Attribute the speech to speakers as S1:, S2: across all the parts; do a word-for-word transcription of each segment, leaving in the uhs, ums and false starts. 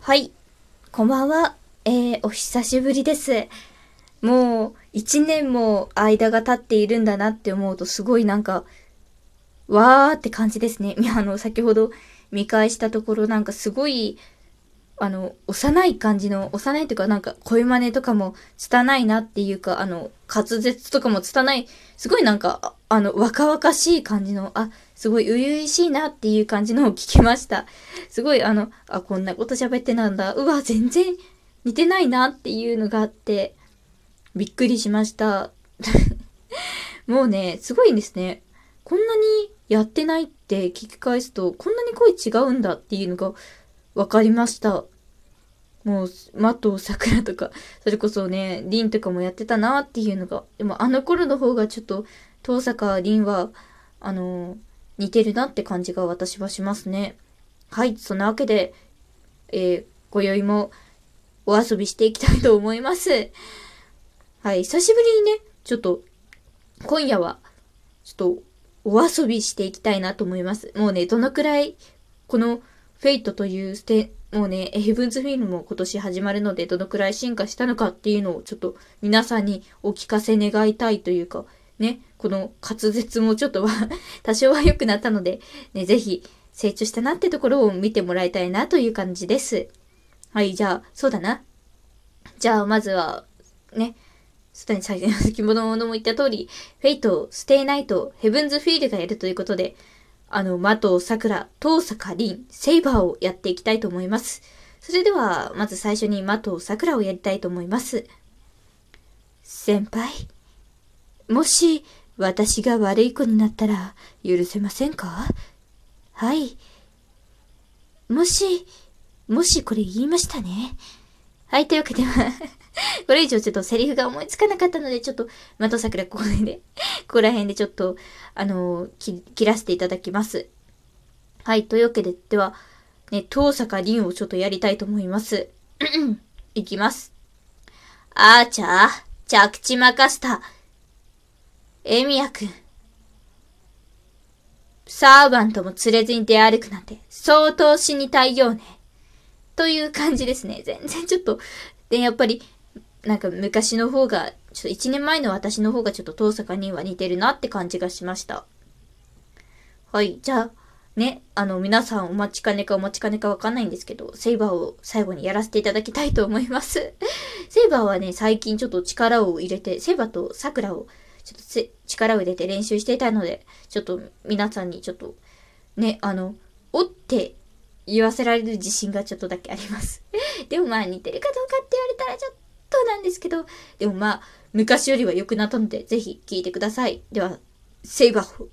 S1: はい、こんばんは。えー、お久しぶりです。もう、一年も間が経っているんだなって思うと、すごいなんか、わーって感じですね。あの、先ほど見返したところ、なんかすごい、あの、幼い感じの、幼いというか、なんか、声真似とかも拙いなっていうか、あの、滑舌とかも拙い、すごいなんか、ああの、若々しい感じの、あ、すごい初々しいなっていう感じのを聞きました。すごい、あの、あ、こんなこと喋ってなんだ。うわ、全然似てないなっていうのがあって、びっくりしました。もうね、すごいんですね。こんなにやってないって聞き返すと、こんなに声違うんだっていうのが分かりました。もう、マトさくらとか、それこそね、リンとかもやってたなっていうのが、でもあの頃の方がちょっと、遠坂リンは、あのー、似てるなって感じが私はしますね。はい、そんなわけで、えー、今宵もお遊びしていきたいと思います。はい、久しぶりにね、ちょっと、今夜は、ちょっと、お遊びしていきたいなと思います。もうね、どのくらい、この、フェイトというステ、もうね、ヘブンズフィルムも今年始まるので、どのくらい進化したのかっていうのをちょっと皆さんにお聞かせ願いたいというか、ね、この滑舌もちょっとは多少は良くなったので、ね、ぜひ成長したなってところを見てもらいたいなという感じです。はい、じゃあ、そうだな。じゃあ、まずは、ね、すでに先ほども言った通り、フェイト、ステイナイト、ヘブンズフィールがやるということで、あの、マト、サクラ、トウサカ、リン、セイバーをやっていきたいと思います。それでは、まず最初にマト、サクラをやりたいと思います。先輩、もし、私が悪い子になったら、許せませんか？はい。もし、もしこれ言いましたね。はい、というわけでは、これ以上ちょっとセリフが思いつかなかったので、ちょっと、マトサクラここで、ここら辺でちょっと、あのー、切らせていただきます。はい、というわけで、では、ね、遠坂凛をちょっとやりたいと思います。いきます。あーちゃー、着地任せた。エミヤくん。サーバントも連れずに出歩くなんて、相当死にたいようね。という感じですね。全然ちょっと、で、やっぱり、なんか昔の方が、ちょっと一年前の私の方がちょっと遠坂には似てるなって感じがしました。はい、じゃあ、ね、あの、皆さんお待ちかねかお待ちかねかわかんないんですけど、セイバーを最後にやらせていただきたいと思います。セイバーはね、最近ちょっと力を入れて、セイバーとサクラをちょっと力を入れて練習していたので、ちょっと皆さんにちょっと、ね、あの、おって言わせられる自信がちょっとだけあります。でもまあ似てるかどうかって言われたらちょっとなんですけど、でもまあ、昔よりは良くなったので、ぜひ聞いてください。では、セイバーを。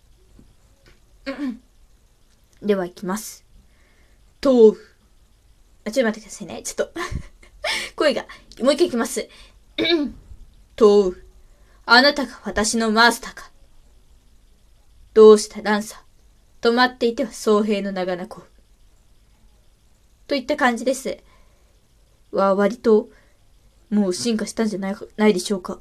S1: では行きます。豆腐。あ、ちょっと待ってくださいね。ちょっと声が、もう一回行きます。豆腐。あなたが私のマスターか。どうしたランサー。止まっていては総兵の長な子。といった感じです。は割と、もう進化したんじゃない、ないでしょうか。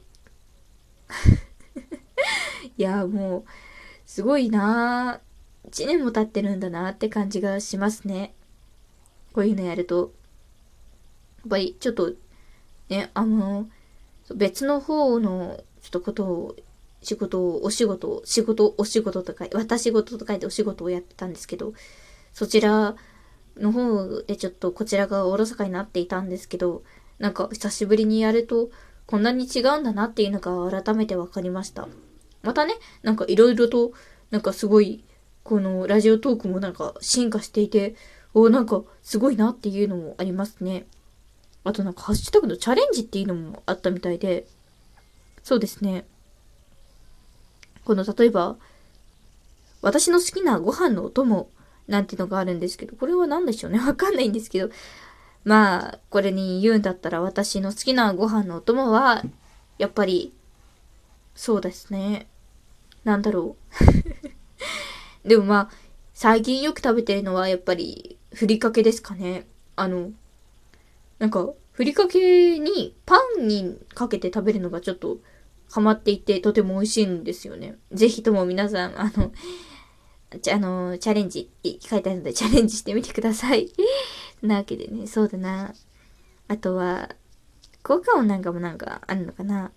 S1: いや、もう、すごいなぁ。一年も経ってるんだなって感じがしますね。こういうのやると。やっぱり、ちょっと、ね、あの、別の方の、ちょっとことを、仕事を、お仕事を、仕事、お仕事とか、私事と書いてお仕事をやってたんですけど、そちらの方でちょっとこちらがおろそかになっていたんですけど、なんか久しぶりにやると、こんなに違うんだなっていうのが改めて分かりました。またね、なんかいろいろと、なんかすごい、このラジオトークもなんか進化していて、お、なんかすごいなっていうのもありますね。あとなんかハッシュタグのチャレンジっていうのもあったみたいで、そうですね。この例えば、私の好きなご飯のお供なんていうのがあるんですけど、これは何でしょうね。わかんないんですけど、まあ、これに言うんだったら私の好きなご飯のお供は、やっぱり、そうですね。なんだろう。でもまあ、最近よく食べてるのはやっぱり、ふりかけですかね。あの、なんか、ふりかけにパンにかけて食べるのがちょっとハマっていて、とても美味しいんですよね。ぜひとも皆さん、あの、ちあの、チャレンジ、書いてあるのでチャレンジしてみてください。 なわけでね、そうだな。あとは、効果音なんかもなんかあるのかな。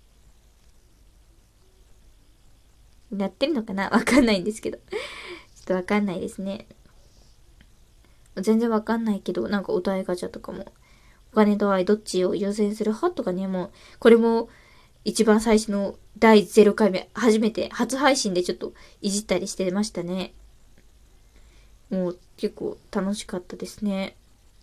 S1: やってるのかなわかんないんですけど。ちょっとわかんないですね。全然わかんないけど、なんかお題ガチャとかも、お金と愛どっちを優先する派とかね、もう、これも一番最初のだいゼロかいめ、初めて、初配信でちょっといじったりしてましたね。もう結構楽しかったですね。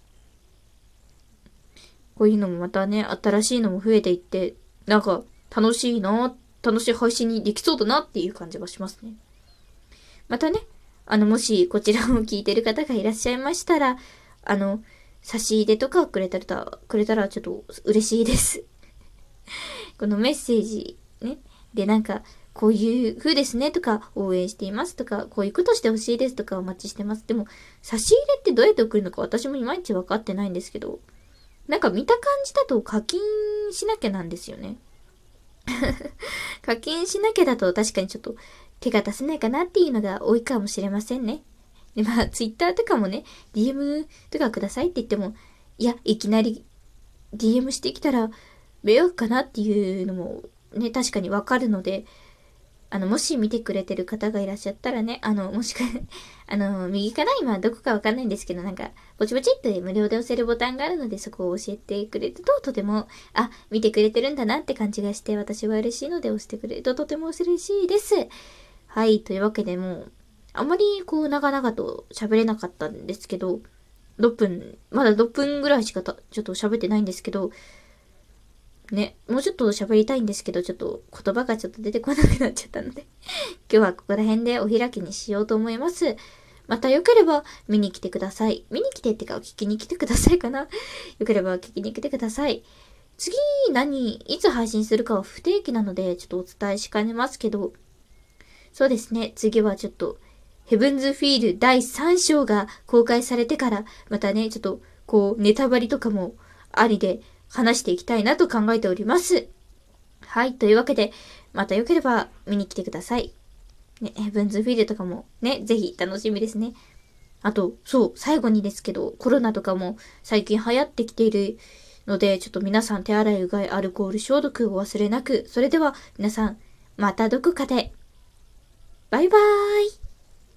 S1: こういうのもまたね、新しいのも増えていって、なんか楽しいな、楽しい配信にできそうだなっていう感じがしますね。またね、あの、もしこちらを聞いてる方がいらっしゃいましたら、あの、差し入れとかくれたら、くれたらちょっと嬉しいです。このメッセージね、でなんか、こういう風ですねとか、応援していますとか、こういうことしてほしいですとかお待ちしてます。でも、差し入れってどうやって送るのか私もいまいち分かってないんですけど、なんか見た感じだと課金しなきゃなんですよね。課金しなきゃだと確かにちょっと手が出せないかなっていうのが多いかもしれませんね。で、まあ、ツイッターとかもね、ディーエム とかくださいって言っても、いや、いきなり ディーエム してきたら迷惑かなっていうのもね、確かにわかるので、あの、もし見てくれてる方がいらっしゃったらね、あの、もしか、あの、右かな今どこかわかんないんですけど、なんか、ポチポチって無料で押せるボタンがあるので、そこを教えてくれると、とても、あ、見てくれてるんだなって感じがして、私は嬉しいので押してくれると、とても嬉しいです。はい、というわけでもう、あんまりこう、長々と喋れなかったんですけど、ろっぷん、まだろっぷんぐらいしかたちょっと喋ってないんですけど、ね、もうちょっと喋りたいんですけど、ちょっと言葉がちょっと出てこなくなっちゃったので今日はここら辺でお開きにしようと思います。またよければ見に来てください。見に来てってか聞きに来てくださいかな。よければ聞きに来てください。次何、いつ配信するかは不定期なのでちょっとお伝えしかねますけど、そうですね、次はちょっとヘブンズフィールだいさん章が公開されてから、またね、ちょっとこうネタバレとかもありで、話していきたいなと考えております。はい。というわけで、またよければ見に来てください。ね、ヘブンズフィールとかもね、ぜひ楽しみですね。あと、そう、最後にですけど、コロナとかも最近流行ってきているので、ちょっと皆さん手洗いうがい、アルコール消毒を忘れなく。それでは皆さん、またどこかで。バイバーイ。